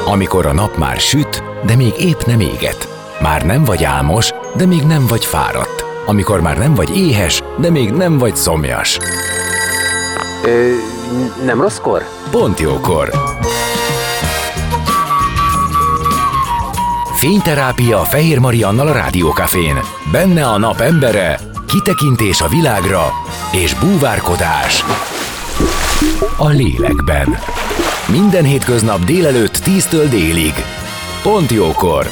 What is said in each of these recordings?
Amikor a nap már süt, de még épp nem éget. Már nem vagy álmos, de még nem vagy fáradt. Amikor már nem vagy éhes, de még nem vagy szomjas. Nem rosszkor? Pont jókor. Fényterápia Fehér Mariannal a Rádiókafén. Benne a nap embere, kitekintés a világra és búvárkodás a lélekben. Minden hétköznap délelőtt 10-től délig. Pont jókor.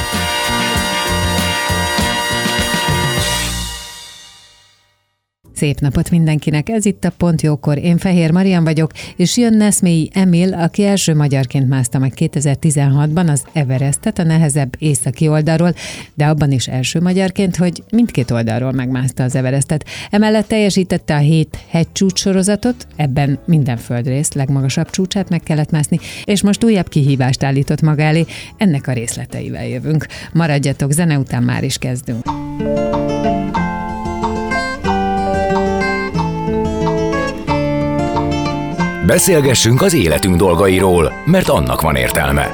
Szép napot mindenkinek, ez itt a Pont Jókor. Én Fehér Marian vagyok, és jön Neszmélyi Emil, aki első magyarként mászta meg 2016-ban az Everestet, a nehezebb északi oldalról, de abban is első magyarként, hogy mindkét oldalról megmászta az Everestet. Emellett teljesítette a 7 hegycsúcs sorozatot, ebben minden földrész legmagasabb csúcsát meg kellett mászni, és most újabb kihívást állított maga elé. Ennek a részleteivel jövünk. Maradjatok, zene után már is kezdünk. Beszélgessünk az életünk dolgairól, mert annak van értelme.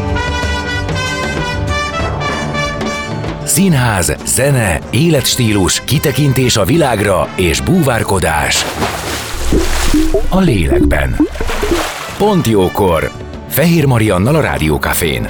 Színház, zene, életstílus, kitekintés a világra és búvárkodás a lélekben. Pont jókor. Fehér Mariannal a Rádiókafén.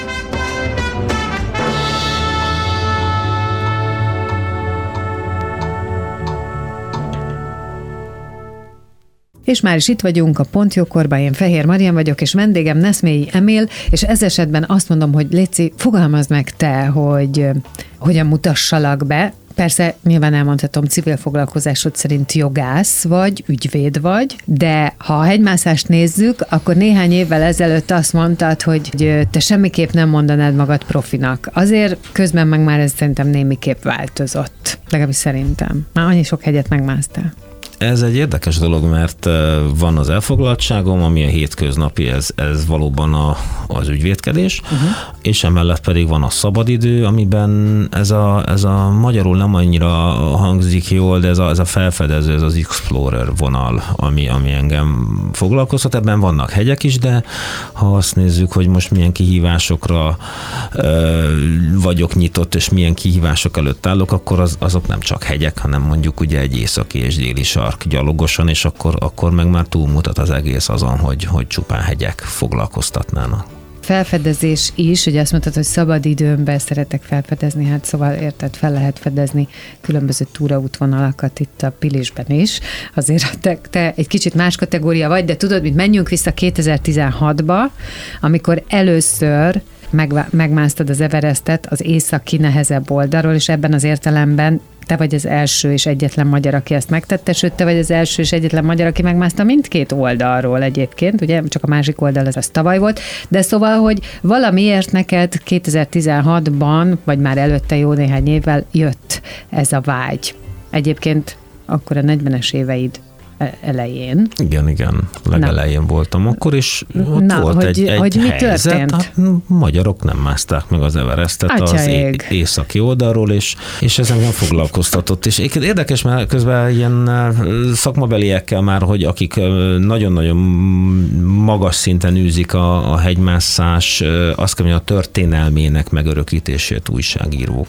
És már is itt vagyunk a Pont Jókorban, én Fehér Marian vagyok, és vendégem Neszmélyi Emil, és ez esetben azt mondom, hogy Léci, fogalmazd meg te, hogy hogyan mutassalak be. Persze nyilván elmondhatom, civil foglalkozásod szerint jogász vagy, ügyvéd vagy, de ha a hegymászást nézzük, akkor néhány évvel ezelőtt azt mondtad, hogy te semmiképp nem mondanád magad profinak. Azért közben meg már ez szerintem némiképp változott. Legalábbis szerintem. Már annyi sok hegyet megmásztál. Ez egy érdekes dolog, mert van az elfoglaltságom, ami a hétköznapi, ez valóban az ügyvédkedés, és emellett pedig van a szabadidő, amiben ez a magyarul nem annyira hangzik jól, de ez a felfedező, ez az explorer vonal, ami engem foglalkoztat. Ebben vannak hegyek is, de ha azt nézzük, hogy most milyen kihívásokra vagyok nyitott, és milyen kihívások előtt állok, akkor azok nem csak hegyek, hanem mondjuk ugye egy északi és déli sark gyalogosan, és akkor meg már túlmutat az egész azon, hogy csupán hegyek foglalkoztatnának. Felfedezés is, ugye azt mondtad, hogy szabad időmben szeretek felfedezni, hát szóval érted, fel lehet fedezni különböző túraútvonalakat itt a Pilisben is. Azért te egy kicsit más kategória vagy, de tudod, mit menjünk vissza 2016-ba, amikor először megmásztad az Everestet az északi nehezebb oldalról, és ebben az értelemben te vagy az első és egyetlen magyar, aki ezt megtette, sőt, te vagy az első és egyetlen magyar, aki megmászta mindkét oldalról egyébként, ugye, csak a másik oldal az tavaly volt, de szóval, hogy valamiért neked 2016-ban, vagy már előtte jó néhány évvel jött ez a vágy. Egyébként akkor a 40-es éveid elején. Igen, legelején voltam akkor, és ott volt egy mi helyzet. Történt? A magyarok nem mászták meg az Everestet az északi oldalról, és ez engem foglalkoztatott. És érdekes, mert közben ilyen szakmabeliekkel már, hogy akik nagyon-nagyon magas szinten űzik a hegymászás, azt kell, hogy a történelmének megörökítését újságírók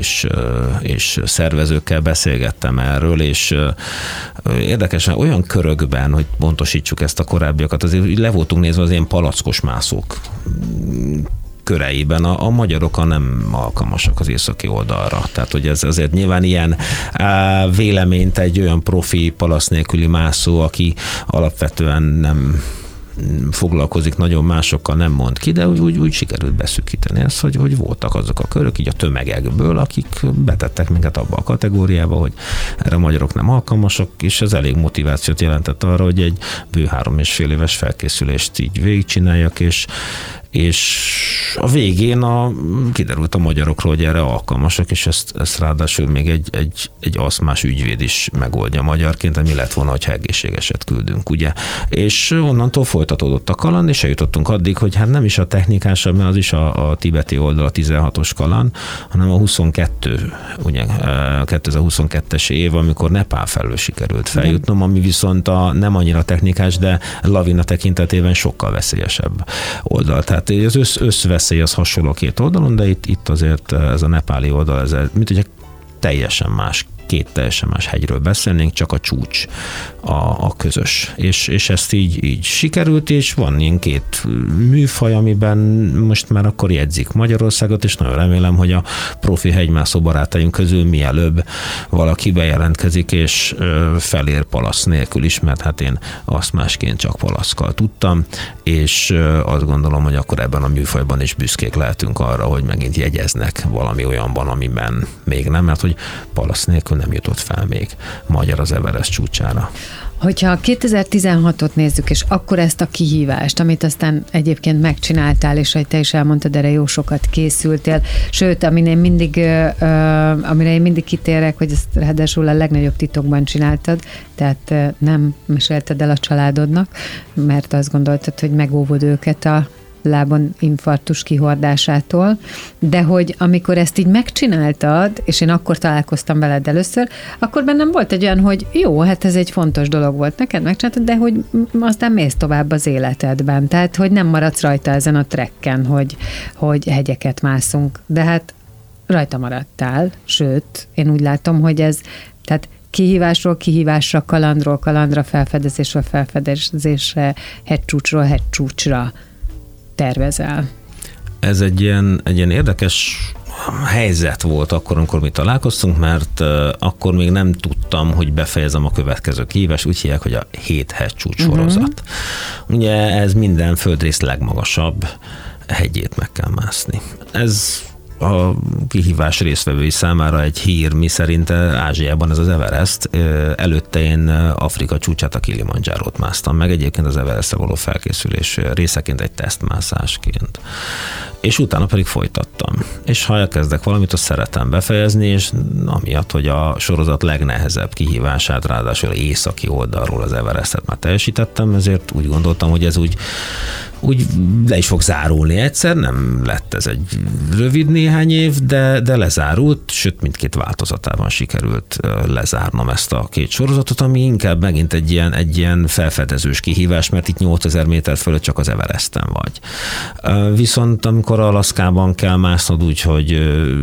és szervezőkkel beszélgettem erről, és érdekes, olyan körökben, hogy pontosítsuk ezt a korábbiakat, azért le voltunk nézve az ilyen palackos mászók köreiben, a magyarok nem alkalmasak az északi oldalra. Tehát, hogy ez azért nyilván ilyen véleményt egy olyan profi palasz nélküli mászó, aki alapvetően nem foglalkozik nagyon másokkal, nem mond ki, de úgy sikerült beszűkíteni ezt, hogy voltak azok a körök, így a tömegekből, akik betettek minket abba a kategóriába, hogy erre a magyarok nem alkalmasak, és ez elég motivációt jelentett arra, hogy egy bő 3,5 éves felkészülést így végigcsináljak, és a végén kiderült a magyarokról, hogy erre alkalmasak, és ezt ráadásul még egy aszmás ügyvéd is megoldja magyarként, ami lett volna, hogyha egészségeset küldünk, ugye? És onnantól folytatódott a kaland, és eljutottunk addig, hogy hát nem is a technikásabb, mert az is a tibeti oldal, a 16-os kaland, hanem a 22, ugye 2022-es év, amikor Nepál felől sikerült feljutnom, ami viszont nem annyira technikás, de lavina tekintetében sokkal veszélyesebb oldal. Tehát az összveszély az hasonló két oldalon, de itt azért ez a nepáli oldal, ez mint ugye teljesen más, két teljesen más hegyről beszélnénk, csak a csúcs a közös. És ezt így sikerült, és van ilyen két műfaj, amiben most már akkor jegyzik Magyarországot, és nagyon remélem, hogy a profi hegymászó barátaink közül mielőbb valaki bejelentkezik, és felér palasz nélkül is, mert hát én azt másként csak palaszkkal tudtam, és azt gondolom, hogy akkor ebben a műfajban is büszkék lehetünk arra, hogy megint jegyeznek valami olyanban, amiben még nem, mert hogy palasz nélkül nem jutott fel még magyar az Everest csúcsára. Hogyha 2016-ot nézzük, és akkor ezt a kihívást, amit aztán egyébként megcsináltál, és ahogy te is elmondtad, erre jó sokat készültél, sőt, amire én mindig kitérek, hogy ezt ráadásul a legnagyobb titokban csináltad, tehát nem mesélted el a családodnak, mert azt gondoltad, hogy megóvod őket a lábon infarktus kihordásától, de hogy amikor ezt így megcsináltad, és én akkor találkoztam veled először, akkor bennem volt egy olyan, hogy jó, hát ez egy fontos dolog volt neked, megcsináltad, de hogy aztán mész tovább az életedben, tehát hogy nem maradsz rajta ezen a trekken, hogy hegyeket mászunk, de hát rajta maradtál, sőt, én úgy látom, hogy ez, tehát kihívásról kihívásra, kalandról kalandra, felfedezésről felfedezésre, hegycsúcsról hegycsúcsra tervezel. Ez egy ilyen érdekes helyzet volt akkor, amikor mi találkoztunk, mert akkor még nem tudtam, hogy befejezem a következő kihívást, úgy hívják, hogy a 7 hegycsúcs sorozat. Ugye ez minden földrész legmagasabb hegyét meg kell mászni. Ez a kihívás résztvevői számára egy hír, miszerint Ázsiában ez az Everest, előtte én Afrika csúcsát, a Kilimanjárót másztam meg, egyébként az Everestre való felkészülés részeként, egy tesztmászásként. És utána pedig folytattam. És ha elkezdek valamit, azt szeretem befejezni, és amiatt, hogy a sorozat legnehezebb kihívását, ráadásul északi oldalról az Everestet már teljesítettem, ezért úgy gondoltam, hogy ez úgy le is fog zárulni egyszer, nem lett ez egy rövid néhány év, de lezárult, sőt mindkét változatában sikerült lezárnom ezt a két sorozatot, ami inkább megint egy ilyen felfedezős kihívás, mert itt 8000 méter fölött csak az Everesten vagy. Viszont amikor Alaszkában kell másznod úgy, hogy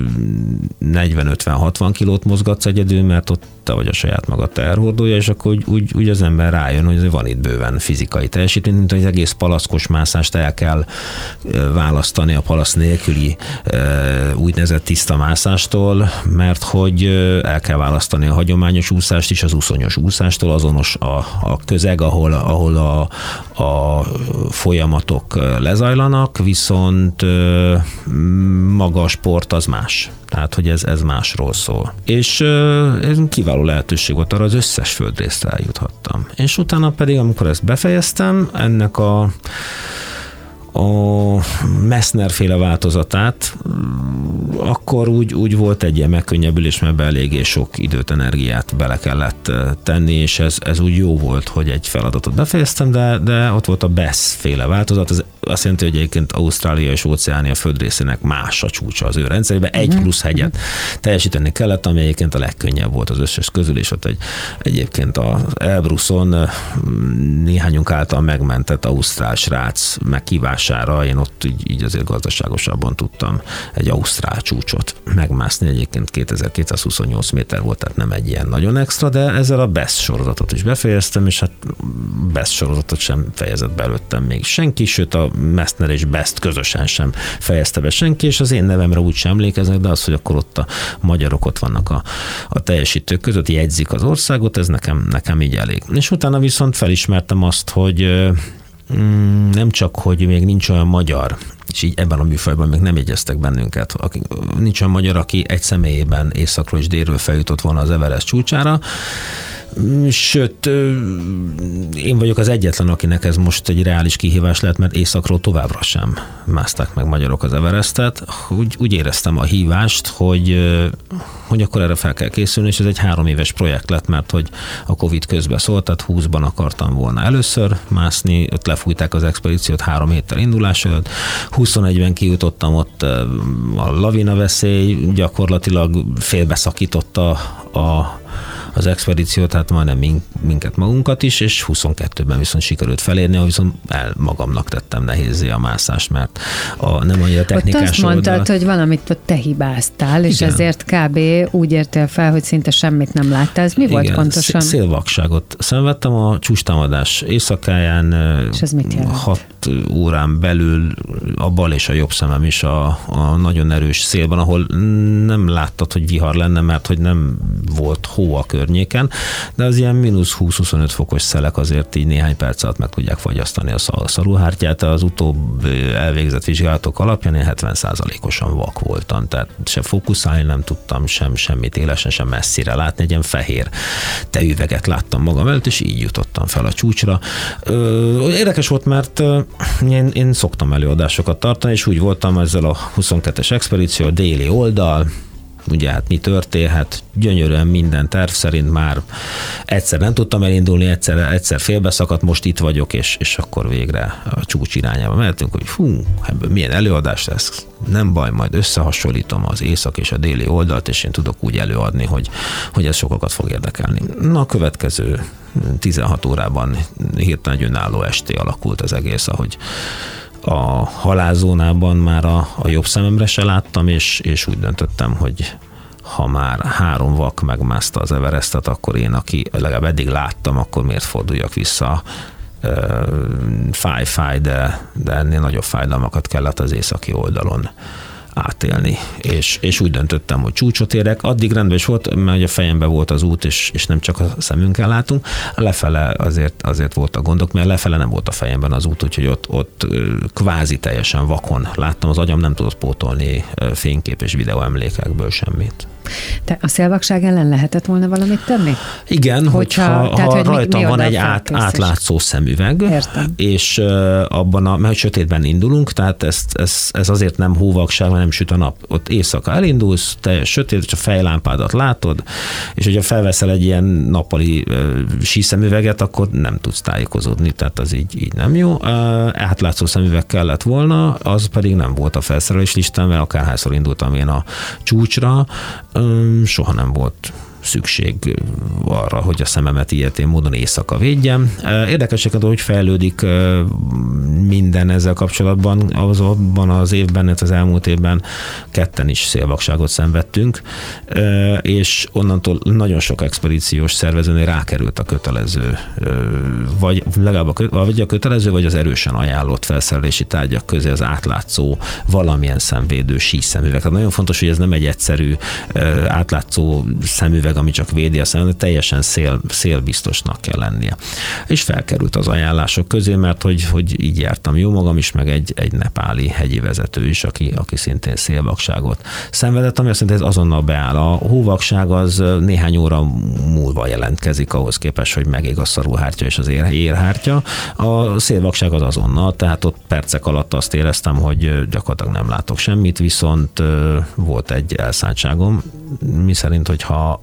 40-50-60 kilót mozgatsz egyedül, mert ott te vagy a saját magad terhordója, és akkor úgy az ember rájön, hogy van itt bőven fizikai teljesítmény, mint hogy egész palaszkos mászást el kell választani a palasz nélküli úgynevezett tiszta mászástól, mert hogy el kell választani a hagyományos úszást is az úszonyos úszástól, azonos a közeg, ahol a folyamatok lezajlanak, viszont maga a sport az más. Tehát, hogy ez másról szól. És ez kiváló lehetőség volt, arra az összes földrészre eljuthattam. És utána pedig, amikor ezt befejeztem, ennek a Messner-féle változatát, akkor úgy volt egy ilyen megkönnyebbülés, mert eléggé sok időt, energiát bele kellett tenni, és ez úgy jó volt, hogy egy feladatot befejeztem, de ott volt a BESS-féle változat, ez azt jelenti, hogy egyébként Ausztrália és Óceánia földrészének más a csúcsa az ő rendszerében, egy plusz hegyet teljesíteni kellett, ami egyébként a legkönnyebb volt az összes közül, és ott egyébként az Elbruson néhányunk által megmentett ausztrál srác meghívására én ott így azért gazdaságosabban tudtam egy ausztrál csúcsot megmászni, egyébként 2228 méter volt, tehát nem egy ilyen nagyon extra, de ezzel a BESS sorozatot is befejeztem, és hát BESS sorozatot sem fejezett be előttem még senki, sőt a Messner és BEST közösen sem fejezte be senki, és az én nevemre úgy sem emlékeznek, de az, hogy akkor ott a magyarok ott vannak a teljesítők között, jegyzik az országot, ez nekem így elég. És utána viszont felismertem azt, hogy nem csak, hogy még nincs olyan magyar, és így ebben a műfajban még nem jegyeztek bennünket, nincs olyan magyar, aki egy személyében északról és délről feljutott volna az Everest csúcsára, sőt, én vagyok az egyetlen, akinek ez most egy reális kihívás lehet, mert északról továbbra sem mászták meg magyarok az Everestet. Úgy éreztem a hívást, hogy akkor erre fel kell készülni, és ez egy 3 éves projekt lett, mert hogy a Covid közben szólt, tehát 20-ban akartam volna először mászni, ott lefújták az expedíciót 3 héttel indulás előtt, 21-ben kijutottam, ott a lavina veszély gyakorlatilag félbeszakította az expedíciót, hát majdnem minket magunkat is, és 22-ben viszont sikerült felérni, ahol viszont magamnak tettem nehézzé a mászást, mert nem annyira technikás ott azt mondtad, hogy valamit ott te hibáztál, és ezért kb. Úgy értél fel, hogy szinte semmit nem láttál. Ez mi volt pontosan? Szélvakságot szenvedtem a csúcstámadás éjszakáján. És ez mit jelent? 6 órán belül a bal és a jobb szemem is a nagyon erős szélben, ahol nem láttad, hogy vihar lenne, mert hogy nem volt hó a környéken, de az ilyen -20-25 fokos szelek azért így néhány perc alatt meg tudják fagyasztani a szarúhártyát. Az utóbb elvégzett vizsgálatok alapján én 70%-osan vak voltam, tehát se fókuszálni nem tudtam, semmit élesen, sem messzire látni, egy ilyen fehér teüveget láttam magam előtt, és így jutottam fel a csúcsra. Érdekes volt, mert én szoktam előadásokat tartani, és úgy voltam ezzel a 22-es expedíció, a déli oldal, ugye hát mi történhet, gyönyörűen minden terv szerint már egyszer nem tudtam elindulni, egyszer félbeszakadt, most itt vagyok, és akkor végre a csúcs irányába mehetünk, hogy ebből milyen előadás lesz, nem baj, majd összehasonlítom az észak és a déli oldalt, és én tudok úgy előadni, hogy ez sokakat fog érdekelni. Na, a következő 16 órában hirtelen egy önálló esté alakult az egész, ahogy a halálzónában már a jobb szememre se láttam, és úgy döntöttem, hogy ha már 3 vak megmászta az Everestet, akkor én, aki legalább eddig láttam, akkor miért forduljak vissza? Fáj, de ennél nagyobb fájdalmakat kellett az északi oldalon átélni. És úgy döntöttem, hogy csúcsot érek. Addig rendben is volt, mert a fejemben volt az út, és nem csak a szemünkkel látunk. Lefele azért voltak gondok, mert lefele nem volt a fejemben az út, úgyhogy ott kvázi teljesen vakon láttam. Az agyam nem tudott pótolni fénykép és videó emlékekből semmit. Te a szélvakság ellen lehetett volna valamit tenni? Igen, hogyha rajtam van egy átlátszó szemüveg, értem. És abban mert sötétben indulunk, tehát ez azért nem hóvakság, mert nem süt a nap. Ott éjszaka elindulsz, teljes sötét, és a fejlámpádat látod, és hogyha felveszel egy ilyen nappali síszemüveget, akkor nem tudsz tájékozódni, tehát az így nem jó. Átlátszó szemüveg kellett volna, az pedig nem volt a felszerelés listán, mert akárhányszor indultam én a csúcsra, soha nem volt szükség arra, hogy a szememet ilyetén módon éjszaka védjem. Érdekesek, hogy fejlődik minden ezzel kapcsolatban. Abban az évben, az elmúlt évben ketten is szélvakságot szenvedtünk, és onnantól nagyon sok expedíciós szervezőnél rákerült a kötelező, vagy legalább a kötelező, vagy az erősen ajánlott felszerelési tárgyak közé az átlátszó valamilyen szemvédő síszemüveg. Tehát nagyon fontos, hogy ez nem egy egyszerű átlátszó szemüveg, ami csak védi a szemet, teljesen szélbiztosnak kell lennie. És felkerült az ajánlások közé, mert hogy így jártam jó magam is, meg egy nepáli hegyi vezető is, aki szintén szélvakságot szenvedett, ami azt jelenti, hogy ez azonnal beáll. A hóvakság az néhány óra múlva jelentkezik ahhoz képest, hogy megég a szarúhártya és az érhártya. A szélvakság az azonnal, tehát ott percek alatt azt éreztem, hogy gyakorlatilag nem látok semmit, viszont volt egy elszántságom, miszerint, hogy ha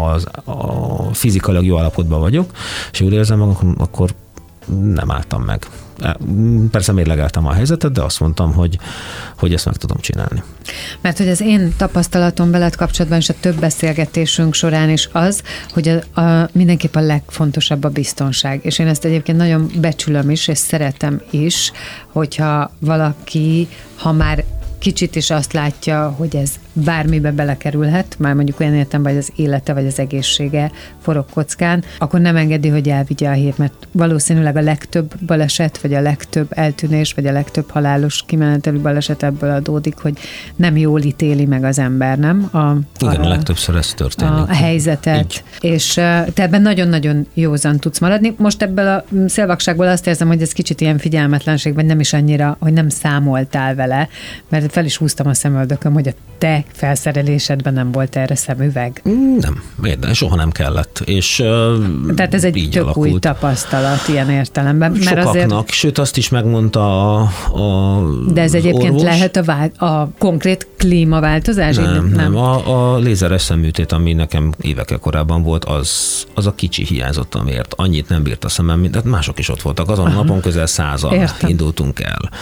a fizikailag jó állapotban vagyok, és úgy érzem magam, akkor nem álltam meg. Persze mérlegeltem a helyzetet, de azt mondtam, hogy ezt meg tudom csinálni. Mert hogy az én tapasztalatom veled kapcsolatban és a több beszélgetésünk során is az, hogy mindenképp a legfontosabb a biztonság. És én ezt egyébként nagyon becsülöm is, és szeretem is, hogyha valaki, ha már kicsit is azt látja, hogy ez bármibe belekerülhet, már mondjuk olyan értelemben, hogy az élete vagy az egészsége forog kockán, akkor nem engedi, hogy elvigye a hír, mert valószínűleg a legtöbb baleset, vagy a legtöbb eltűnés, vagy a legtöbb halálos kimenetelű baleset ebből adódik, hogy nem jól ítéli meg az ember, nem? Igen, a legtöbbször ez történik. A helyzetet, így. És te ebben nagyon-nagyon józan tudsz maradni. Most ebből a szélvakságból azt érzem, hogy ez kicsit ilyen figyelmetlenség, vagy nem is annyira, hogy nem számoltál vele, mert fel is húztam a szemöldököm, hogy a te felszerelésedben nem volt erre szemüveg? Nem, soha nem kellett. És tehát ez egy tök új tapasztalat ilyen értelemben. Mert sokaknak, azért... sőt azt is megmondta a de ez egyébként orvos. Lehet a konkrét klímaváltozás? Nem. A lézeres szemműtét, ami nekem évekkel korábban volt, az a kicsi hiányzott, amiért annyit nem bírt a szemem, de mások is ott voltak. Azon a napon közel 100-an indultunk el.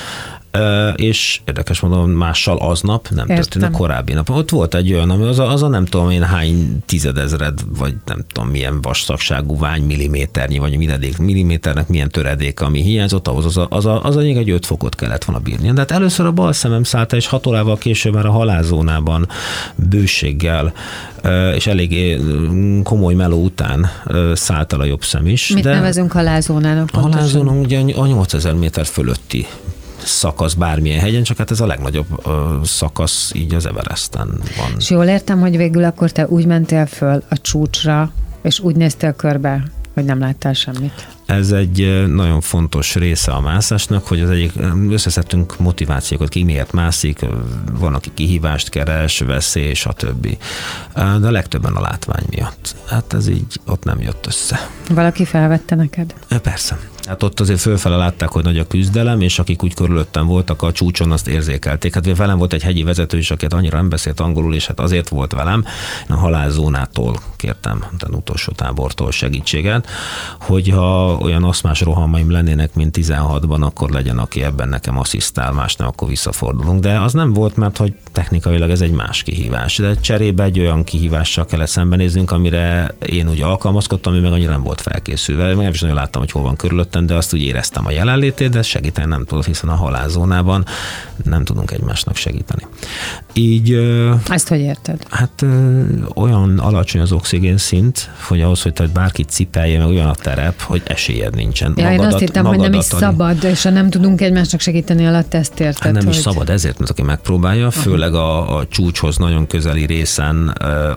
és érdekes mondom, mással aznap nem történt a korábbi nap. Ott volt egy olyan, ami az a nem tudom én hány tizedezred, vagy nem tudom milyen vastagságú vány milliméternyi, vagy milliméternek milyen töredék, ami hiányzott, az egy 5 fokot kellett volna bírni. De hát először a bal szemem szállta, és 6 órával később már a halálzónában bőséggel, és elég komoly meló után szállt el a jobb szem is. Mit nevezünk halálzónának? A halálzóna ugye a 8000 méter fölötti szakasz bármilyen hegyen, csak hát ez a legnagyobb szakasz így az Everesten van. És jól értem, hogy végül akkor te úgy mentél föl a csúcsra, és úgy néztél körbe, hogy nem láttál semmit? Ez egy nagyon fontos része a mászásnak, hogy az egyik, összeszedtünk motivációkat, ki miért mászik, van, aki kihívást keres, veszély, stb. De a legtöbben a látvány miatt. Hát ez így ott nem jött össze. Valaki felvette neked? Persze. Hát ott azért fölfele látták, hogy nagy a küzdelem, és akik úgy körülöttem voltak a csúcson, azt érzékelték. Hát velem volt egy hegyi vezető is, aki annyira nem beszélt angolul, és hát azért volt velem. Én a halálzónától kértem, az utolsó tábortól segítséget, hogyha olyan aszmás rohamaim lennének, mint 16-ban, akkor legyen, aki ebben nekem asszisztál, más nem, akkor visszafordulunk. De az nem volt, mert hogy technikailag ez egy más kihívás. De cserébe egy olyan kihívással kellett szembenéznünk, amire én úgy alkalmazkodtam, ami meg annyira nem volt felkészülve. Nem is nagyon láttam, hogy hol van körülöttem, de azt úgy éreztem a jelenlétét, de segíteni nem tudott, hiszen a halálzónában nem tudunk egymásnak segíteni. Így... Ezt hogy érted? Hát olyan alacsony az oxigén szint, hogy ahhoz, hogy te bárkit cipelje, meg olyan a terep, hogy esélyed nincsen. Ja, én azt hittem, hogy nem is szabad, és ha nem tudunk egymásnak segíteni alatt, ezt érted. Hát nem is szabad, ezért, mert aki megpróbálja, főleg a csúcshoz nagyon közeli részen,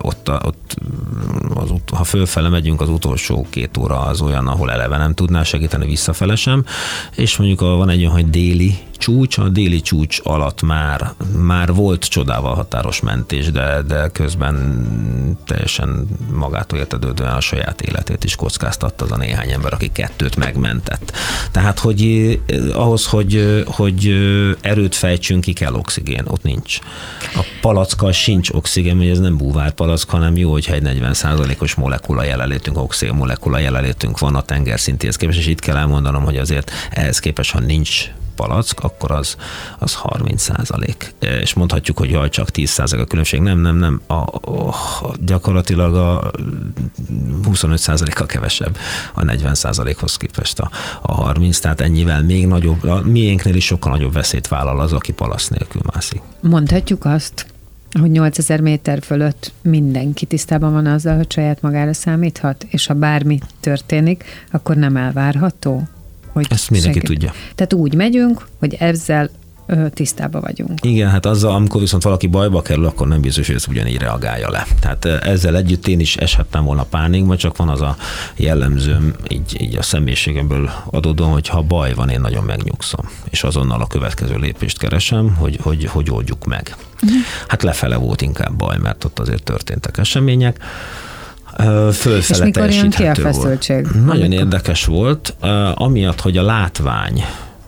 ha fölfele megyünk, az utolsó 2 óra az olyan, ahol eleve nem tudná segíteni, visszafele sem, és mondjuk van egy olyan, hogy déli csúcs, a déli csúcs alatt már volt csodával határos mentés, de közben teljesen magától értetődően a saját életét is kockáztatta az a néhány ember, aki 2 megmentett. Tehát, hogy ahhoz, hogy erőt fejtsünk, ki kell oxigén, ott nincs. A palackkal sincs oxigén, mert ez nem búvárpalack, hanem jó, hogyha egy 40%-os molekula jelenlétünk, oxigén molekula jelenlétünk van a tengerszintéhez képest, és itt kell elmondanom, hogy azért ehhez képest, ha nincs palack, akkor az 30%. És mondhatjuk, hogy jaj, csak 10% a különbség. Nem. Gyakorlatilag a 25%-kal kevesebb a 40%-hoz képest a 30, tehát ennyivel még nagyobb, a miénknél is sokkal nagyobb veszélyt vállal az, aki palasz nélkül mászik. Mondhatjuk azt, hogy 8000 méter fölött mindenki tisztában van azzal, hogy saját magára számíthat, és ha bármi történik, akkor nem elvárható, hogy ezt mindenki tudja. Tehát úgy megyünk, hogy ezzel tisztában vagyunk. Igen, hát azzal, amikor viszont valaki bajba kerül, akkor nem biztos, hogy ez ugyanígy reagálja le. Tehát ezzel együtt én is eshettem volna pánikba, csak van az a jellemzőm, így a személyiségemből adódóan, hogy ha baj van, én nagyon megnyugszom. És azonnal a következő lépést keresem, hogy oldjuk meg. Hát lefele volt inkább baj, mert ott azért történtek események. És mikor jön ki a feszültség? Nagyon érdekes volt, amiatt, hogy a látvány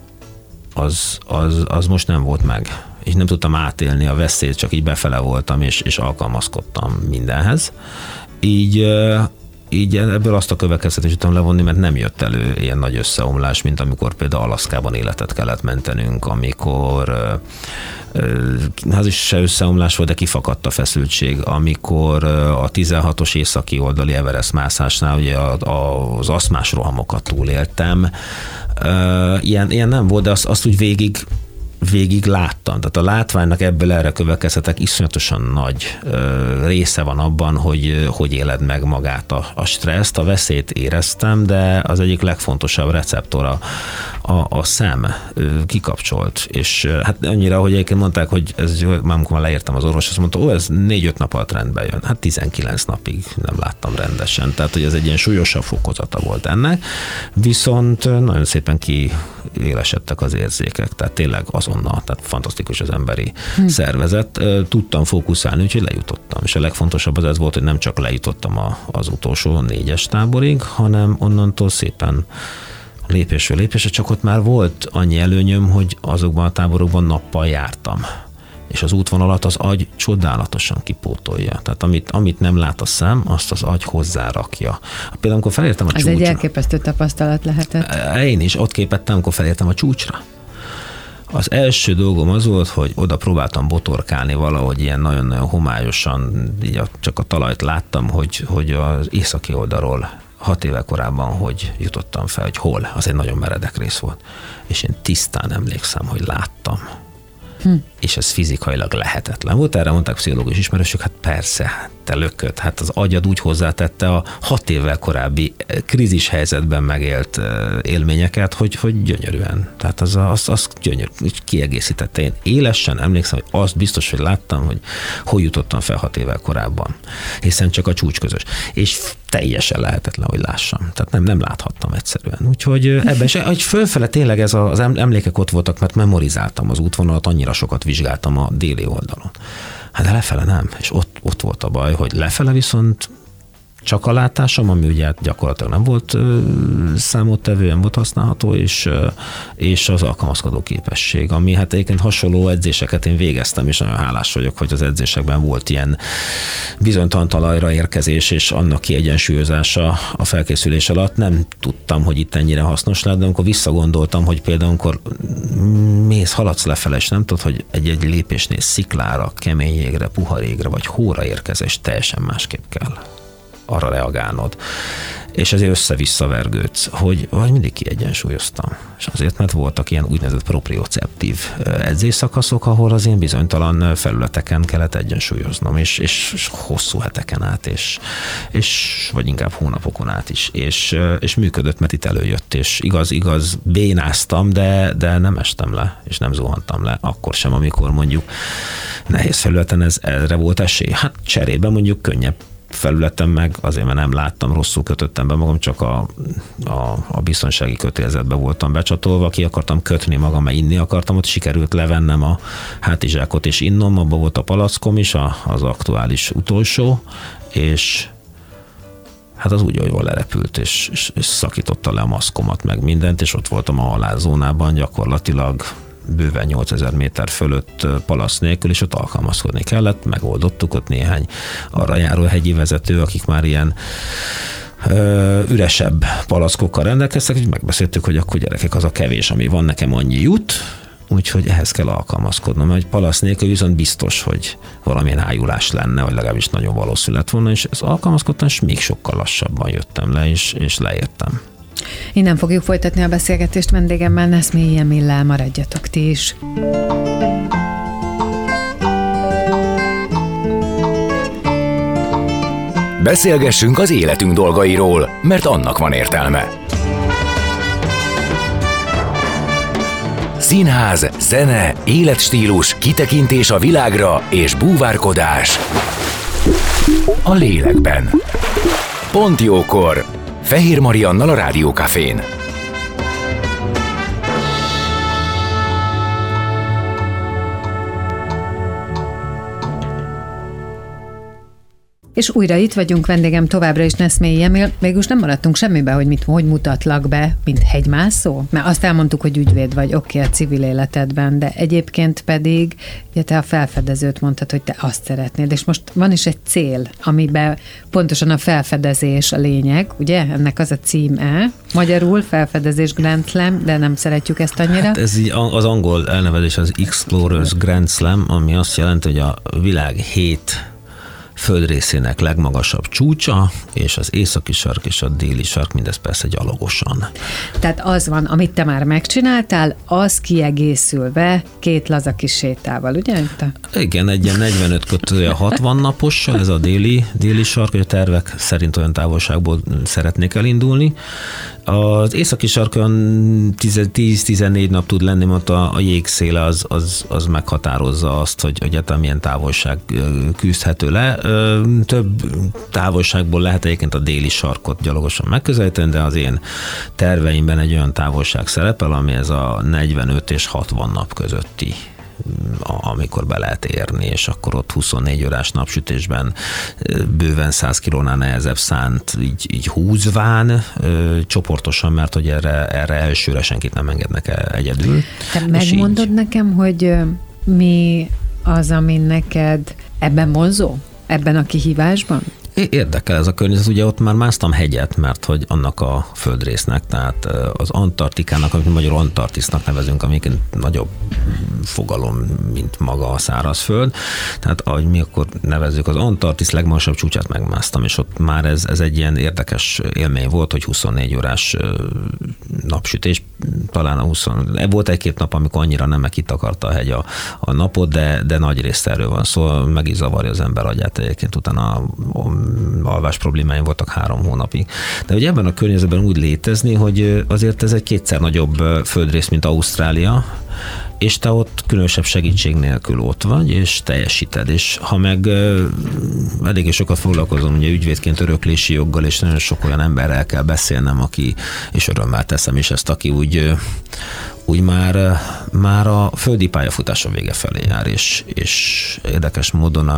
az most nem volt meg, és nem tudtam átélni a veszélyt, csak így befele voltam, és alkalmazkodtam mindenhez. Így ebből azt a következtetést tudtam levonni, mert nem jött elő ilyen nagy összeomlás, mint amikor például Alaszkában életet kellett mentenünk, amikor az is se összeomlás volt, de kifakadt a feszültség, amikor a 16-os északi oldali Everest mászásnál ugye az aszmás rohamokat túléltem. Ilyen nem volt, de azt úgy végig láttam. Tehát a látványnak ebből erre következtetek iszonyatosan nagy része van abban, hogy éled meg magát a stresszt, a veszélyt éreztem, de az egyik legfontosabb receptor a szem kikapcsolt. És hát annyira, hogy egyébként mondták, hogy ez, már amikor leértem az orvos, azt mondta, ez 4-5 nap alatt rendbe jön. Hát 19 napig nem láttam rendesen. Tehát, hogy ez egy ilyen súlyosabb fokozata volt ennek. Viszont nagyon szépen kiélesedtek az érzékek. Tehát tényleg azonnal, tehát fantasztikus az emberi szervezet. Tudtam fókuszálni, úgyhogy lejutottam. És a legfontosabb az volt, hogy nem csak lejutottam az utolsó 4-es táborig, hanem onnantól szépen lépésről lépésre, csak ott már volt annyi előnyöm, hogy azokban a táborokban nappal jártam. És az útvonalat az agy csodálatosan kipótolja. Tehát amit nem lát a szem, azt az agy hozzárakja. Például, amikor felértem a csúcsra. Ez egy elképesztő tapasztalat lehetett. Én is ott képettem, amikor felértem a csúcsra. Az első dolgom az volt, hogy oda próbáltam botorkálni valahogy ilyen nagyon-nagyon homályosan, így csak a talajt láttam, hogy az északi oldalról 6 éve korábban hogy jutottam fel, hogy hol. Az egy nagyon meredek rész volt. És én tisztán emlékszem, hogy láttam. És ez fizikailag lehetetlen volt. Erre mondták pszichológus ismerősök, hát persze, te lököd. Hát az agyad úgy hozzátette a 6 évvel korábbi krízis helyzetben megélt élményeket, hogy gyönyörűen. Tehát az gyönyörű, kiegészítette. Én élesen emlékszem, hogy azt biztos, hogy láttam, hogy jutottam fel 6 évvel korábban. Hiszen csak a csúcs közös. És teljesen lehetetlen, hogy lássam. Tehát nem láthattam egyszerűen. Úgyhogy ebben se, hogy fölfele tényleg ez az emlékek ott voltak, mert memorizáltam az útvonalat, annyira sokat vizsgáltam a déli oldalon. Hát de lefele nem. És ott volt a baj, hogy lefele viszont csak a látásom, ami ugye gyakorlatilag nem volt számottevő, nem volt használható, és az alkalmazkodó képesség, ami hát egyébként hasonló edzéseket én végeztem, és nagyon hálás vagyok, hogy az edzésekben volt ilyen bizonytalan talajra érkezés, és annak kiegyensúlyozása a felkészülés alatt. Nem tudtam, hogy itt ennyire hasznos lett, de amikor visszagondoltam, hogy például amikor haladsz lefele, és nem tudod, hogy egy lépésnél sziklára, kemény jégre, puha jégre, vagy hóra érkezés teljesen másképp kell arra reagálnod. És ezért össze-vissza vergődsz, hogy mindig kiegyensúlyoztam. És azért, mert voltak ilyen úgynevezett proprioceptív edzésszakaszok, ahol az én bizonytalan felületeken kellett egyensúlyoznom, és hosszú heteken át, és vagy inkább hónapokon át is. És működött, mert itt előjött, és igaz, bénáztam, de nem estem le, és nem zuhantam le. Akkor sem, amikor mondjuk nehéz felületen erre volt esély. Hát cserébe mondjuk könnyebb felületen meg azért, mert nem láttam, rosszul kötöttem be magam, csak a biztonsági kötélzetbe voltam becsatolva, ki akartam kötni magam, mert inni akartam, ott sikerült levennem a hátizsákot és innom, abban volt a palackom is, az aktuális utolsó, és hát az úgy jól lerepült, és szakította le a maszkomat, meg mindent, és ott voltam a halálzónában gyakorlatilag bőven 8000 méter fölött palasz nélkül, és ott alkalmazkodni kellett, megoldottuk, ott néhány arra járó hegyi vezető, akik már ilyen üresebb palackokkal rendelkeztek, és megbeszéltük, hogy akkor gyerekek, az a kevés, ami van, nekem annyi jut, úgyhogy ehhez kell alkalmazkodnom, mert palasz nélkül viszont biztos, hogy valamilyen ájulás lenne, vagy legalábbis nagyon valószínű lett volna, és ezt alkalmazkodtam, és még sokkal lassabban jöttem le, és leértem. Innen fogjuk folytatni a beszélgetést vendégemmel, Neszmélyi Emillel, maradjatok ti is. Beszélgessünk az életünk dolgairól, mert annak van értelme. Színház, zene, életstílus, kitekintés a világra és búvárkodás a lélekben. Pont jókor! Fehér Mariannal a Rádió Cafén. És újra itt vagyunk, vendégem továbbra is Neszmélyi Emil. Végülis nem maradtunk semmibe, hogy mutatlak be, mint hegymászó? Mert azt elmondtuk, hogy ügyvéd vagy, oké, a civil életedben, de egyébként pedig ugye te a felfedezőt mondtad, hogy te azt szeretnéd, és most van is egy cél, amiben pontosan a felfedezés a lényeg, ugye? Ennek az a címe, magyarul felfedezés Grand Slam, de nem szeretjük ezt annyira. Hát ez így az angol elnevezés az Explorers Grand Slam, ami azt jelenti, hogy a világ 7 földrészének legmagasabb csúcsa, és az északi sark és a déli sark, mindez persze gyalogosan. Tehát az van, amit te már megcsináltál, az kiegészülve 2 laza kis sétával, ugye? Igen, egy ilyen 45-60 napossal, ez a déli sark, hogy a tervek szerint olyan távolságból szeretnék elindulni. Az északi sarkon 10-14 nap tud lenni, mert a jégszéle az meghatározza azt, hogy egyáltalán milyen távolság küzdhető le. Több távolságból lehet egyébként a déli sarkot gyalogosan megközelíteni, de az én terveimben egy olyan távolság szerepel, ami ez a 45 és 60 nap közötti, amikor be lehet érni, és akkor ott 24 órás napsütésben bőven 100 kilónál nehezebb szánt így húzván, csoportosan, mert hogy erre elsőre senkit nem engednek egyedül. Te megmondod nekem, hogy mi az, ami neked ebben vonzó? Ebben a kihívásban? Érdekel ez a környezet, ugye ott már másztam hegyet, mert hogy annak a földrésznek, tehát az Antarktikának, amit magyarul Antarktisznak nevezünk, amik nagyobb fogalom, mint maga a szárazföld. Tehát ahogy mi akkor nevezzük, az Antarktisz legmagasabb csúcsát megmásztam, és ott már ez egy ilyen érdekes élmény volt, hogy 24 órás napsütés, talán volt egy-két nap, amikor annyira nem kitakarta a hegy a napot, de nagy részt erről van szó, meg is zavarja az ember agyát egyébként, utána alvás problémáim voltak 3 hónapig. De hogy ebben a környezetben úgy létezni, hogy azért ez egy 2-szer nagyobb földrész, mint Ausztrália, és te ott különösebb segítség nélkül ott vagy, és teljesíted. És ha meg eléggé sokat foglalkozom ugye ügyvédként öröklési joggal, és nagyon sok olyan emberrel kell beszélnem, aki, és örömmel teszem is ezt, aki úgy már a földi pályafutása vége felé jár, és érdekes módon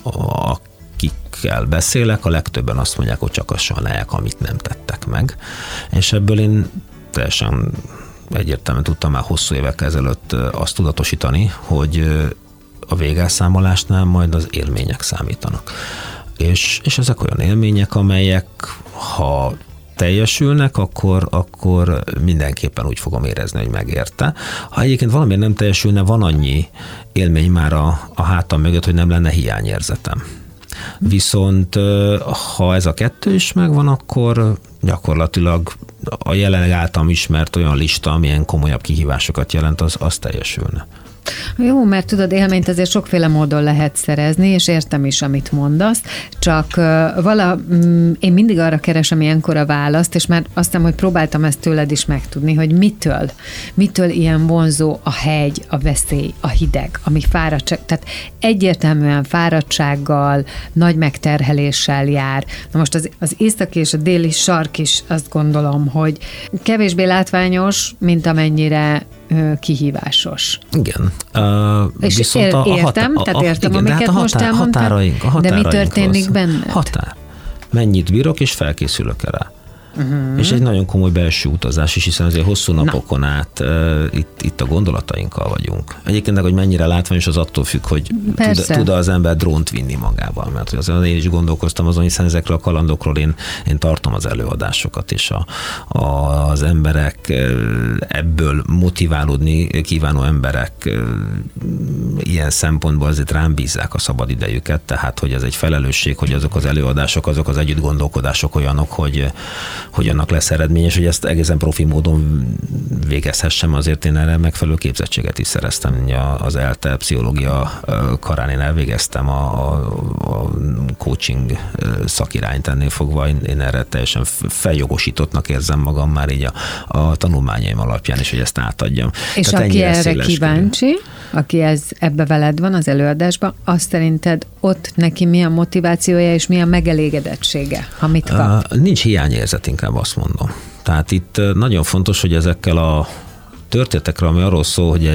akikkel beszélek, a legtöbben azt mondják, hogy csak azt sajnálják, amit nem tettek meg. És ebből én teljesen egyértelműen tudtam már hosszú évekkel ezelőtt azt tudatosítani, hogy a végelszámolásnál majd az élmények számítanak. És ezek olyan élmények, amelyek, ha teljesülnek, akkor mindenképpen úgy fogom érezni, hogy megérte. Ha egyébként valamiért nem teljesülne, van annyi élmény már a hátam mögött, hogy nem lenne hiányérzetem. Viszont ha ez a kettő is megvan, akkor gyakorlatilag a jelenleg általam ismert olyan lista, amilyen komolyabb kihívásokat jelent, az teljesülne. Jó, mert tudod, élményt azért sokféle módon lehet szerezni, és értem is, amit mondasz, csak én mindig arra keresem ilyenkor a választ, és már azt hiszem, hogy próbáltam ezt tőled is megtudni, hogy mitől ilyen vonzó a hegy, a veszély, a hideg, ami fáradtság, tehát egyértelműen fáradtsággal, nagy megterheléssel jár. Na most az északi és a déli sark is azt gondolom, hogy kevésbé látványos, mint amennyire kihívásos. Igen. És értem, amiket most elmondtál, de mi történik benne? Határ. Mennyit bírok, és felkészülök rá. És egy nagyon komoly belső utazás is, hiszen azért hosszú napokon át itt a gondolatainkkal vagyunk. Egyébként, hogy mennyire látványos, az attól függ, hogy tud az ember drónt vinni magával, mert azért én is gondolkoztam azon, hiszen ezekről a kalandokról én tartom az előadásokat, és az emberek ebből motiválódni kívánó emberek ilyen szempontból azért rám bízzák a szabad idejüket, tehát hogy ez egy felelősség, hogy azok az előadások, azok az együtt gondolkodások olyanok, hogy annak lesz eredményes, hogy ezt egészen profi módon végezhessem, azért én erre megfelelő képzettséget is szereztem. Az ELTE pszichológia karán én elvégeztem a coaching szakirányt ennél fogva, én erre teljesen feljogosítottnak érzem magam már így a tanulmányaim alapján is, hogy ezt átadjam. És tehát aki erre kíváncsi, aki ebbe veled van az előadásban, azt szerinted ott neki mi a motivációja és mi a megelégedettsége, ha mit kap? Nincs hiányérzet, inkább azt mondom. Tehát itt nagyon fontos, hogy ezekkel a történetekre, ami arról szól, hogy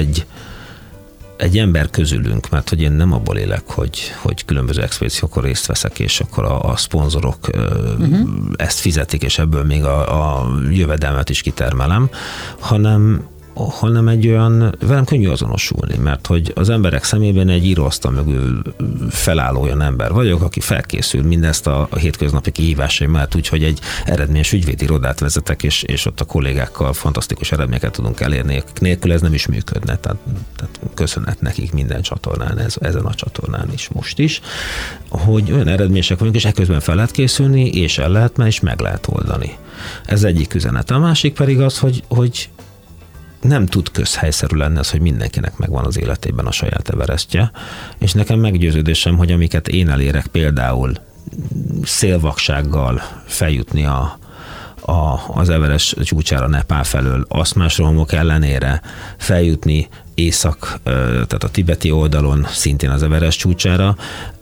egy ember közülünk, mert hogy én nem abból élek, hogy különböző expedíciókon részt veszek, és akkor a szponzorok ezt fizetik, és ebből még a jövedelmet is kitermelem, hanem egy olyan, velem könnyű azonosulni, mert hogy az emberek szemében egy íróasztal mögül felálló olyan ember vagyok, aki felkészül mindezt a hétköznapi kihívásai mellett, úgyhogy egy eredményes ügyvédirodát vezetek, és ott a kollégákkal fantasztikus eredményeket tudunk elérni, nélkül ez nem is működne, tehát köszönet nekik minden csatornán, ezen a csatornán is most is, hogy olyan eredményesek vagyunk, és ekközben fel lehet készülni, és el lehet, és meg lehet oldani. Ez egyik üzenet. A másik pedig az, hogy nem tud közhelyszerű lenni az, hogy mindenkinek megvan az életében a saját Everestje, és nekem meggyőződésem, hogy amiket én elérek, például szélvaksággal feljutni az Everest csúcsára Nepál felől, aszmás rohamok ellenére feljutni tehát a tibeti oldalon szintén az Everest csúcsára,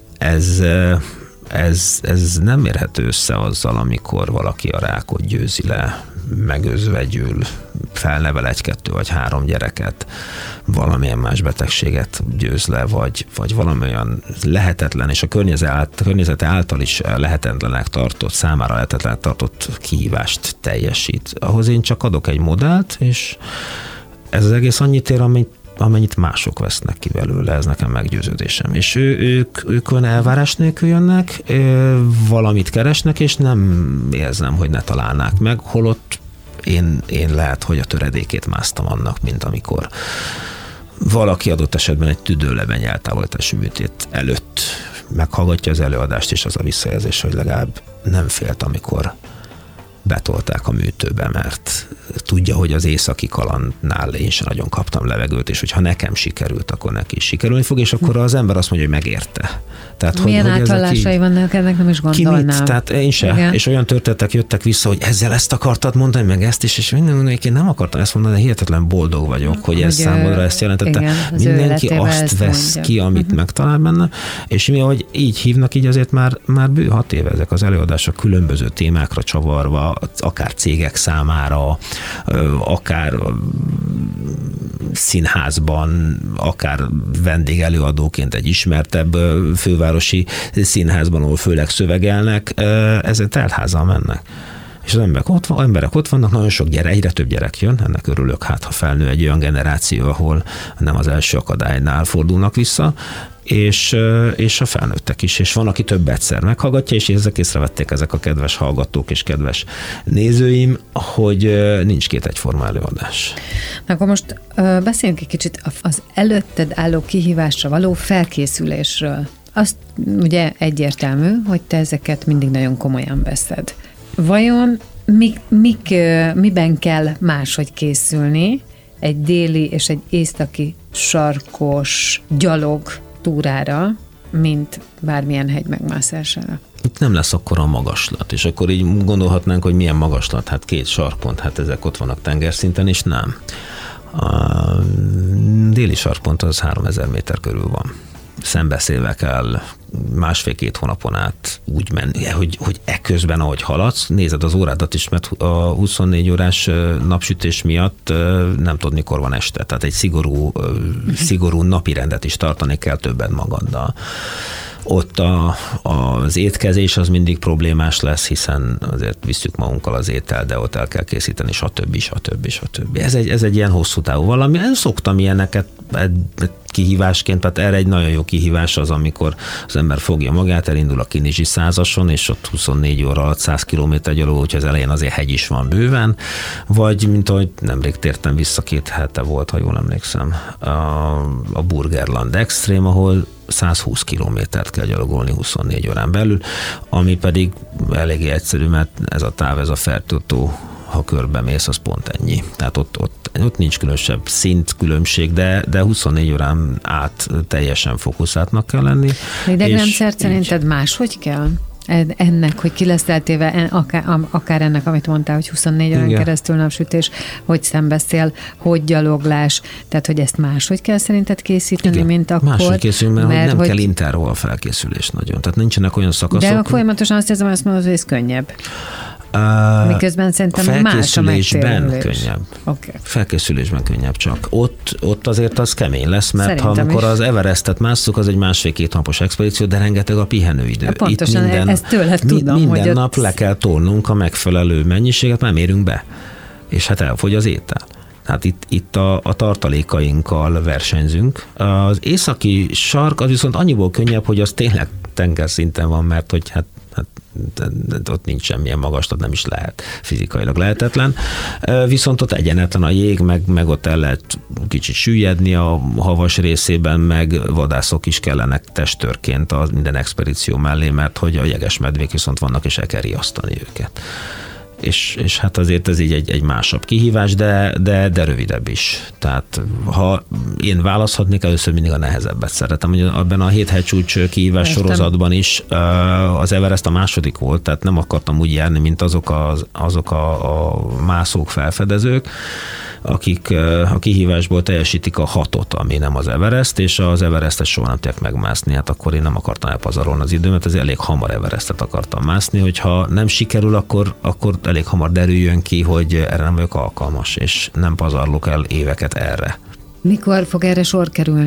ez nem mérhető össze azzal, amikor valaki a rákot győzi le, megözvegyül, felnevel 1, 2 vagy 3 gyereket, valamilyen más betegséget győz le, vagy valamilyen lehetetlen, és a környezete által is lehetetlenek tartott, számára lehetetlenek tartott kihívást teljesít. Ahhoz én csak adok egy modellt, és ez az egész annyit ér, amennyit mások vesznek ki belőle, ez nekem meggyőződésem. És ők olyan elvárás nélkül jönnek, valamit keresnek, és nem érzem, hogy ne találnák meg, holott én lehet, hogy a töredékét másztam annak, mint amikor valaki adott esetben egy tüdőleben eltávolítási műtét előtt meghallgatja az előadást, és az a visszajelzés, hogy legalább nem félt, amikor betolták a műtőbe, mert tudja, hogy az északi kalandnál én sem nagyon kaptam levegőt, és hogyha nekem sikerült, akkor neki is sikerülni fog, és akkor az ember azt mondja, hogy megérte. Tehát, milyen áthallásai vannak, ennek nem is gondolnám. Tehát én sem. Igen. És olyan történetek jöttek vissza, hogy ezzel ezt akartad mondani, meg ezt is, és minden én nem akartam ezt mondani, de hihetetlen boldog vagyok, hogy ez számodra ezt jelentette. Igen, mindenki azt vesz mondja. Ki, amit megtalál benne, és mi, hogy így hívnak, így azért már bő 6 éve ezek az előadások különböző témákra csavarva, akár cégek számára, akár színházban, akár vendégelőadóként egy ismertebb fővárosi színházban, ahol főleg szövegelnek, ezek teltházzal mennek. És az emberek ott vannak, nagyon sok gyerek, egyre több gyerek jön, ennek örülök, hát ha felnő egy olyan generáció, ahol nem az első akadálynál fordulnak vissza, és a felnőttek is, és van, aki több egyszer meghallgatja, és ezek észrevették ezek a kedves hallgatók és kedves nézőim, hogy nincs két egyforma előadás. Na, akkor most beszéljünk egy kicsit az előtted álló kihívásra való felkészülésről. Azt ugye egyértelmű, hogy te ezeket mindig nagyon komolyan veszed. Vajon miben kell máshogy készülni egy déli és egy északi sarkos gyalog túrára, mint bármilyen hegy megmászására? Itt nem lesz akkora magaslat, és akkor így gondolhatnánk, hogy milyen magaslat, hát 2 sarkpont, hát ezek ott vannak tengerszinten, és nem. A déli sarkpont az 3000 méter körül van. Szembeszélve kell 1,5-2 hónapon át úgy menni, hogy eközben, ahogy haladsz, nézed az órádat is, mert a 24 órás napsütés miatt nem tudod, mikor van este. Tehát egy szigorú napirendet is tartani kell többet magaddal. Ott az étkezés az mindig problémás lesz, hiszen azért visszük magunkkal az étel, de ott el kell készíteni, stb. Ez egy ilyen hosszú távú valami. Én szoktam ilyeneket kihívásként, tehát erre egy nagyon jó kihívás az, amikor az ember fogja magát, elindul a Kinizsi 100-ason, és ott 24 óra alatt 100 kilométer gyalog, úgyhogy az elején azért hegy is van bőven, vagy mint ahogy nemrég tértem vissza, 2 hete volt, ha jól emlékszem, a Burgerland Extreme, ahol 120 kilométert kell gyalogolni 24 órán belül, ami pedig eléggé egyszerű, mert ez a táv, ez a Fertőtó, ha körbe mész, az pont ennyi. Tehát ott nincs különösebb szintkülönbség, de 24 órán át teljesen fókuszáltnak kell lenni. Idegrendszert szerinted máshogy kell? Ennek, hogy ki lesz eltéve, akár ennek, amit mondtál, hogy 24 órán keresztül napsütés, hogy szembeszél, hogy gyaloglás, tehát, hogy ezt máshogy kell szerinted készíteni, igen, mint akkor. Máshogy készülünk, mert nem kell interval felkészülés nagyon. Tehát nincsenek olyan szakaszok. De folyamatosan azt érzem, hogy ez könnyebb. Miközben szerintem felkészülésben könnyebb. Okay. Felkészülésben könnyebb csak. Ott azért az kemény lesz, mert szerintem ha amikor az Everestet másszuk, az egy 1,5-2 napos expedíció, de rengeteg a pihenőidő. Ja, pontosan, ezt tőled tudom. Minden nap le kell tolnunk a megfelelő mennyiséget, már mérünk be. És hát elfogy az étel. Hát itt a tartalékainkkal versenyzünk. Az északi sark az viszont annyiból könnyebb, hogy az tényleg tengerszinten van, mert hogy hát ott nincs semmilyen magaslat, nem is lehet, fizikailag lehetetlen. Viszont ott egyenetlen a jég, meg ott el lehet kicsit süllyedni a havas részében, meg vadászok is kellenek testőrként a minden expedíció mellé, mert hogy a jegesmedvék viszont vannak, és el kell riasztani őket. És hát azért ez így egy másabb kihívás, de rövidebb is. Tehát ha én választhatnék, először mindig a nehezebbet szeretem. Ugye abban a 7 hegycsúcs kihívás sorozatban is az Everest a második volt, tehát nem akartam úgy járni, mint azok a mászók, felfedezők, akik a kihívásból teljesítik a 6-ot, ami nem az Everest, és az Everestet soha nem tudják megmászni. Hát akkor én nem akartam elpazarolni az időmet, ez elég hamar Everestet akartam mászni, hogyha nem sikerül, akkor elég hamar derüljön ki, hogy erre nem vagyok alkalmas, és nem pazarlok el éveket erre. Mikor fog erre sor kerülni?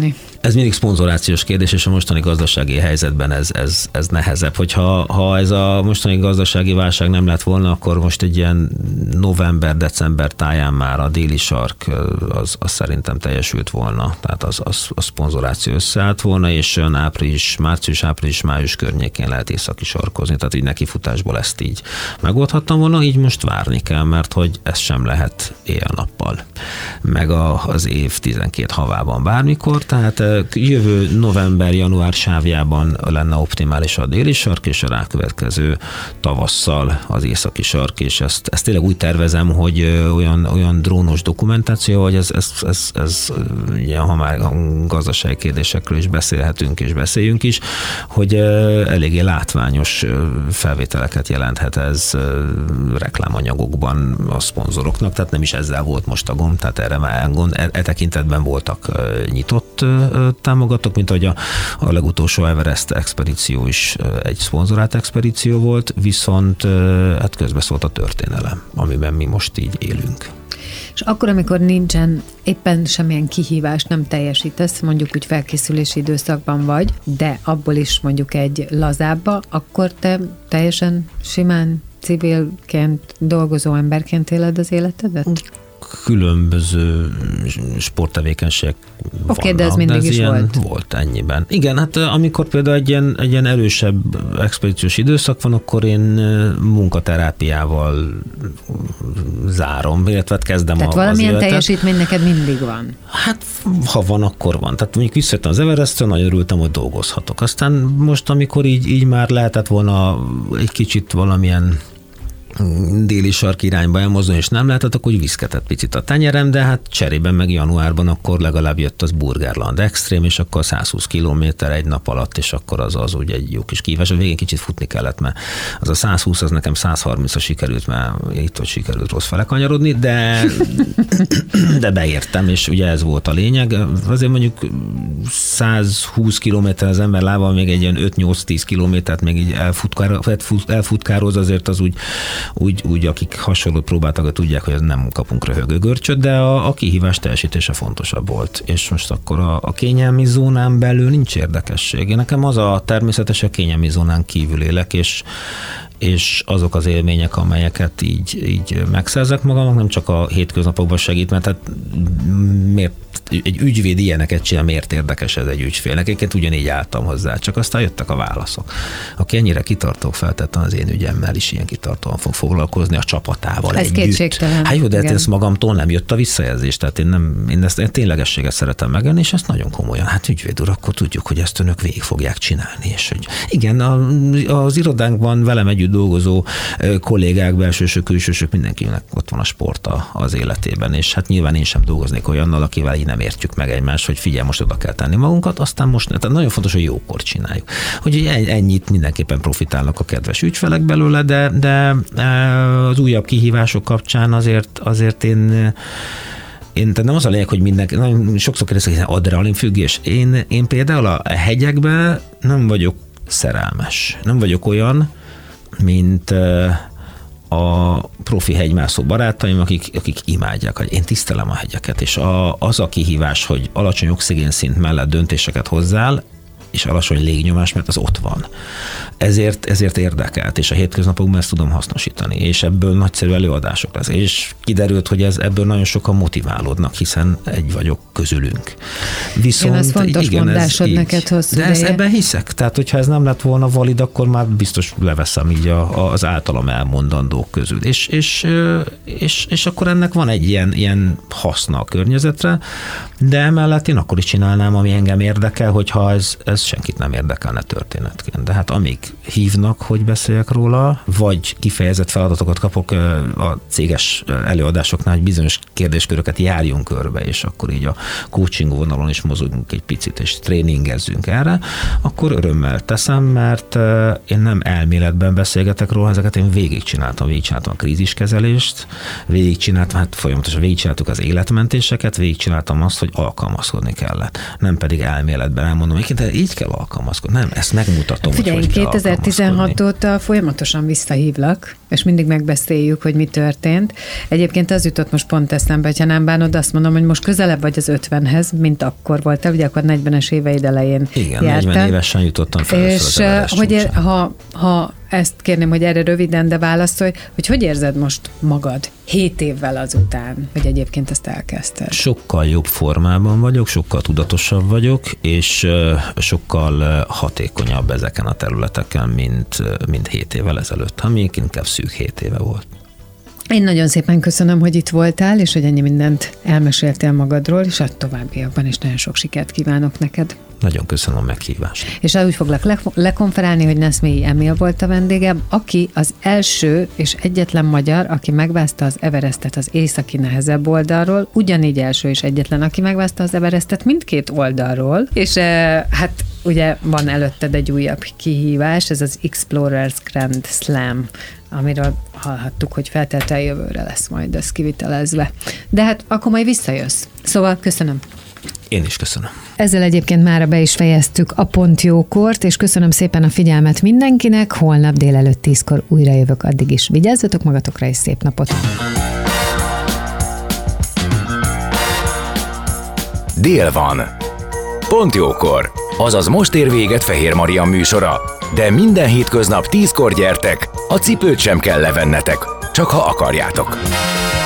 Ez mindig szponzorációs kérdés, és a mostani gazdasági helyzetben ez nehezebb. Hogyha ez a mostani gazdasági válság nem lett volna, akkor most egy ilyen november-december táján már a déli sark az szerintem teljesült volna. Tehát a szponzoráció összeállt volna, és olyan március-április-május környékén lehet északi sarkozni. Tehát így nekifutásból ezt így megoldhattam volna, így most várni kell, mert hogy ez sem lehet éjjel-nappal. Meg az év 12 havában bármikor, tehát jövő november-január sávjában lenne optimális a déli sark, és a rákövetkező tavasszal az északi sark, és ezt tényleg úgy tervezem, hogy olyan drónos dokumentáció, hogy ez ha már gazdasági kérdésekről is beszélhetünk, és beszéljünk is, hogy eléggé látványos felvételeket jelenthet ez reklámanyagokban a szponzoroknak, tehát nem is ezzel volt most a gond, tehát erre már tekintetben voltak nyitott támogatók, mint ahogy a legutolsó Everest expedíció is egy szponzorált expedíció volt, viszont hát közbeszólt a történelem, amiben mi most így élünk. És akkor, amikor nincsen éppen semmilyen kihívást nem teljesítesz, mondjuk úgy felkészülési időszakban vagy, de abból is mondjuk egy lazábba, akkor te teljesen simán civilként, dolgozó emberként éled az életedet? Különböző sporttevékenységek vannak, de ez mindig is volt. Volt ennyiben. Igen, hát amikor például egy ilyen erősebb expedíciós időszak van, akkor én munkaterápiával zárom, illetve kezdem tehát valamilyen teljesítmény neked mindig van? Hát, ha van, akkor van. Tehát mondjuk visszajöttem az Everestre, nagyon örültem, hogy dolgozhatok. Aztán most, amikor így már lehetett volna egy kicsit valamilyen déli sark irányba elmozdulni, és nem lehetett, akkor úgy viszketett picit a tenyerem, de hát cserében meg januárban akkor legalább jött az Burgerland Extreme, és akkor 120 kilométer egy nap alatt, és akkor az úgy egy jó kis kihívás. A végén kicsit futni kellett, mert az a 120 az nekem 130-a sikerült, mert itt ott sikerült rossz fele kanyarodni, de beértem, és ugye ez volt a lényeg. Azért mondjuk 120 kilométer az ember lábbal, még egy ilyen 5-8-10 kilométert még így elfutkároz, azért az úgy akik hasonlót próbáltak, tudják, hogy nem kapunk röhögő görcsöt, de a kihívás teljesítése fontosabb volt. És most akkor a kényelmi zónán belül nincs érdekesség. Nekem az a természetes, a kényelmi zónán kívül élek, és azok az élmények, amelyeket így megszerzek magamnak, nem csak a hétköznapokban segít, mert hát miért egy ügyvéd ilyeneket csinál, miért érdekes ez egy ügyfélnek? Egyébként ugyanígy álltam hozzá, csak aztán jöttek a válaszok. Aki ennyire kitartó, feltétlenül az én ügyemmel is ilyen kitartóan fog foglalkozni, a csapatával ez együtt. Kétségtelen. Hát jó, de ez magamtól nem jött a visszajelzés, tehát én ezt ténylegességet szeretem megenni, és ezt nagyon komolyan. Hát ügyvéd úr, akkor tudjuk, hogy ezt önök végig fogják csinálni. És hogy igen, az irodánkban velem együtt dolgozó kollégák, belsősök, külsősök, mindenkinek ott van a sport az életében, és hát nyilván én sem dolgoznék olyannal, akivel így nem értjük meg egymást, hogy figyelj, most oda kell tenni magunkat, aztán most, tehát nagyon fontos, hogy jókor csináljuk. Hogy ennyit mindenképpen profitálnak a kedves ügyfelek belőle, de az újabb kihívások kapcsán azért én tehát nem az a lényeg, hogy mindenki, nagyon sokszor kérdezik, hogy adrenalinfüggés. Én például a hegyekben nem vagyok szerelmes. Nem vagyok olyan, mint a profi hegymászó barátaim, akik imádják. Én tisztelem a hegyeket, és az a kihívás, hogy alacsony oxigénszint mellett döntéseket hozzál, és alacsony légnyomás, mert az ott van. Ezért érdekelt, és a hétköznapokban ezt tudom hasznosítani, és ebből nagyszerű előadások lesz. És kiderült, hogy ebből nagyon sokan motiválódnak, hiszen egy vagyok közülünk. Viszont igen, ez fontos mondásod neked hosszú de ebben hiszek. Tehát, hogyha ez nem lett volna valid, akkor már biztos leveszem így az általam elmondandók közül. És akkor ennek van egy ilyen haszna a környezetre, de emellett én akkor is csinálnám, ami engem érdekel, hogyha ez senkit nem érdekelne történetként. De hát amíg hívnak, hogy beszéljek róla, vagy kifejezett feladatokat kapok a céges előadásoknál, hogy bizonyos kérdésköröket járjunk körbe, és akkor így a coaching vonalon is mozogunk egy picit, és tréningezzünk erre, akkor örömmel teszem, mert én nem elméletben beszélgetek róla, ezeket én végigcsináltam a kríziskezelést, folyamatosan végigcsináltuk az életmentéseket, végigcsináltam azt, hogy alkalmazkodni kellett. Nem pedig elméletben elmondom, de így kell alkalmazkodni. Nem, ezt megmutatom, figyelj, hogy 2016 óta folyamatosan visszahívlak, és mindig megbeszéljük, hogy mi történt. Egyébként az jutott most pont eszembe, hogyha nem bánod, azt mondom, hogy most közelebb vagy az 50-hez, mint akkor voltál, ugye akkor 40-es éveid elején igen, jártál. 40 évesen jutottam fel. És hogy ha ezt kérném, hogy erre röviden, de válaszolj, hogy érzed most magad 7 évvel azután, hogy egyébként ezt elkezdted? Sokkal jobb formában vagyok, sokkal tudatosabb vagyok, és sokkal hatékonyabb ezeken a területeken, mint 7 évvel ezelőtt, ami inkább szűk 7 éve volt. Én nagyon szépen köszönöm, hogy itt voltál, és hogy ennyi mindent elmeséltél magadról, és a továbbiakban is nagyon sok sikert kívánok neked. Nagyon köszönöm a meghívást. És úgy foglak lekonferálni, hogy Neszmélyi Emil volt a vendégem, aki az első és egyetlen magyar, aki megmászta az Everestet az északi nehezebb oldalról, ugyanígy első és egyetlen, aki megmászta az Everestet mindkét oldalról, és hát ugye van előtted egy újabb kihívás, ez az Explorers Grand Slam, amiről hallhattuk, hogy feltétlenül jövőre lesz majd ez kivitelezve. De hát akkor majd visszajössz. Szóval köszönöm. Én is köszönöm. Ezzel egyébként mára be is fejeztük a Pont Jókort, és köszönöm szépen a figyelmet mindenkinek. Holnap délelőtt 10-kor újra jövök, addig is vigyázzatok magatokra, és szép napot! Dél van. Pont Jókor. Azaz most ér véget Fehér Maria műsora. De minden hétköznap 10-kor gyertek, a cipőt sem kell levennetek, csak ha akarjátok.